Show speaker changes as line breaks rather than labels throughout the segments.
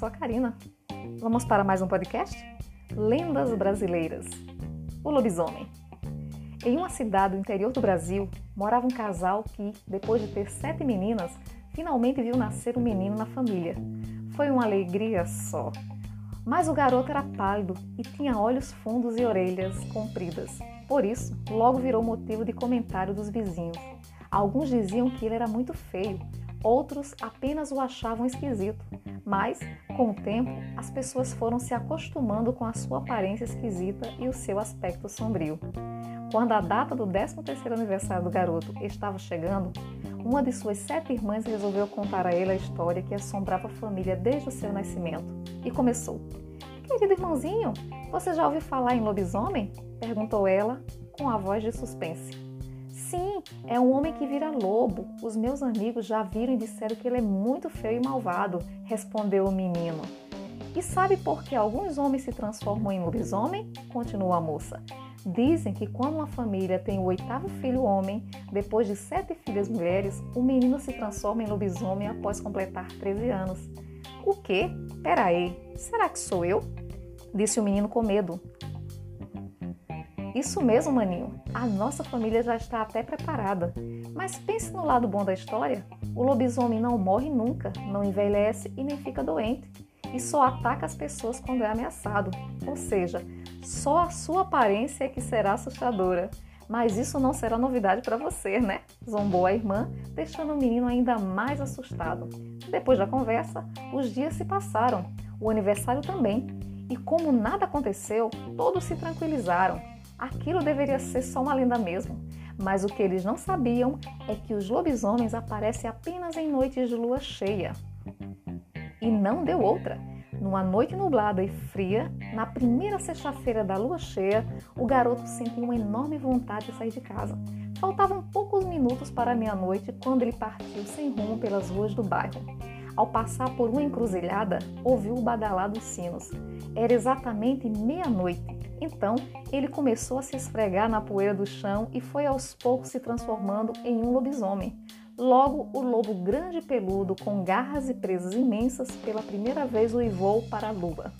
sou a Karina. Vamos para mais um podcast? Lendas Brasileiras. O lobisomem. Em uma cidade do interior do Brasil, morava um casal que, depois de ter 7 meninas, finalmente viu nascer um menino na família. Foi uma alegria só. Mas o garoto era pálido e tinha olhos fundos e orelhas compridas. Por isso, logo virou motivo de comentário dos vizinhos. Alguns diziam que ele era muito feio, outros apenas o achavam esquisito. Mas, com o tempo, as pessoas foram se acostumando com a sua aparência esquisita e o seu aspecto sombrio. Quando a data do 13º aniversário do garoto estava chegando, uma de suas 7 irmãs resolveu contar a ele a história que assombrava a família desde o seu nascimento. E começou. "Querido irmãozinho, você já ouviu falar em lobisomem?" perguntou ela, com a voz de suspense. "Sim, é um homem que vira lobo. Os meus amigos já viram e disseram que ele é muito feio e malvado", respondeu o menino. "E sabe por que alguns homens se transformam em lobisomem?" continuou a moça. "Dizem que quando uma família tem o 8º filho homem, depois de 7 filhas mulheres, o menino se transforma em lobisomem após completar 13 anos. "O quê? Peraí, será que sou eu?" disse o menino com medo. "Isso mesmo, maninho. A nossa família já está até preparada. Mas pense no lado bom da história. O lobisomem não morre nunca, não envelhece e nem fica doente. E só ataca as pessoas quando é ameaçado. Ou seja, só a sua aparência é que será assustadora. Mas isso não será novidade para você, né?" zombou a irmã, deixando o menino ainda mais assustado. Depois da conversa, os dias se passaram, o aniversário também. E como nada aconteceu, todos se tranquilizaram. Aquilo deveria ser só uma lenda mesmo. Mas o que eles não sabiam é que os lobisomens aparecem apenas em noites de lua cheia. E não deu outra. Numa noite nublada e fria, na primeira sexta-feira da lua cheia, o garoto sentiu uma enorme vontade de sair de casa. Faltavam poucos minutos para a meia-noite quando ele partiu sem rumo pelas ruas do bairro. Ao passar por uma encruzilhada, ouviu o badalar dos sinos. Era exatamente meia-noite. Então, ele começou a se esfregar na poeira do chão e foi aos poucos se transformando em um lobisomem. Logo, o lobo grande e peludo, com garras e presas imensas, pela primeira vez uivou para a lua.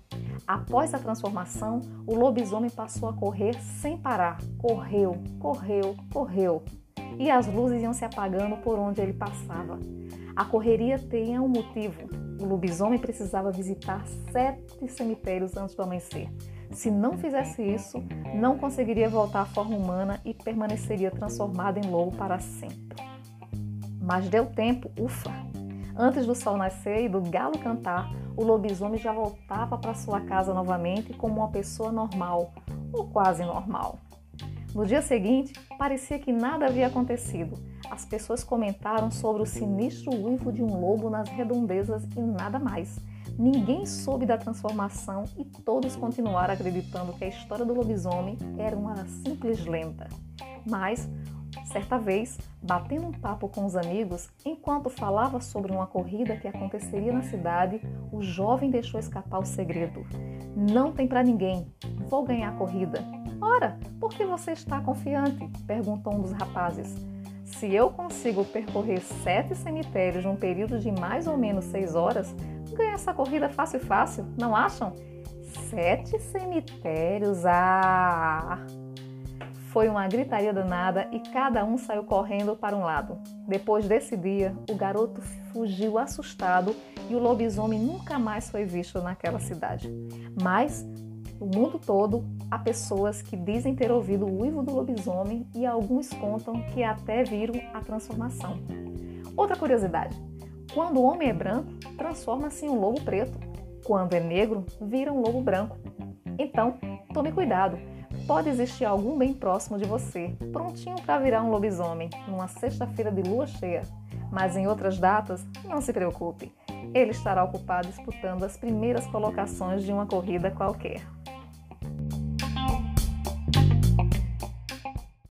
Após a transformação, o lobisomem passou a correr sem parar. Correu, correu, correu. E as luzes iam se apagando por onde ele passava. A correria tinha um motivo. O lobisomem precisava visitar 7 cemitérios antes do amanhecer. Se não fizesse isso, não conseguiria voltar à forma humana e permaneceria transformado em lobo para sempre. Mas deu tempo, ufa! Antes do sol nascer e do galo cantar, o lobisomem já voltava para sua casa novamente como uma pessoa normal, ou quase normal. No dia seguinte, parecia que nada havia acontecido. As pessoas comentaram sobre o sinistro uivo de um lobo nas redondezas e nada mais. Ninguém soube da transformação e todos continuaram acreditando que a história do lobisomem era uma simples lenda. Mas, certa vez, batendo um papo com os amigos, enquanto falava sobre uma corrida que aconteceria na cidade, o jovem deixou escapar o segredo. "Não tem para ninguém. Vou ganhar a corrida." "Ora, por que você está confiante?" perguntou um dos rapazes. "Se eu consigo percorrer 7 cemitérios num período de mais ou menos 6 horas, ganho essa corrida fácil, não acham?" 7 cemitérios, Foi uma gritaria danada e cada um saiu correndo para um lado. Depois desse dia, o garoto fugiu assustado e o lobisomem nunca mais foi visto naquela cidade. Mas, no mundo todo, há pessoas que dizem ter ouvido o uivo do lobisomem e alguns contam que até viram a transformação. Outra curiosidade: quando o homem é branco, transforma-se em um lobo preto. Quando é negro, vira um lobo branco. Então, tome cuidado. Pode existir algum bem próximo de você, prontinho para virar um lobisomem, numa sexta-feira de lua cheia. Mas em outras datas, não se preocupe. Ele estará ocupado disputando as primeiras colocações de uma corrida qualquer.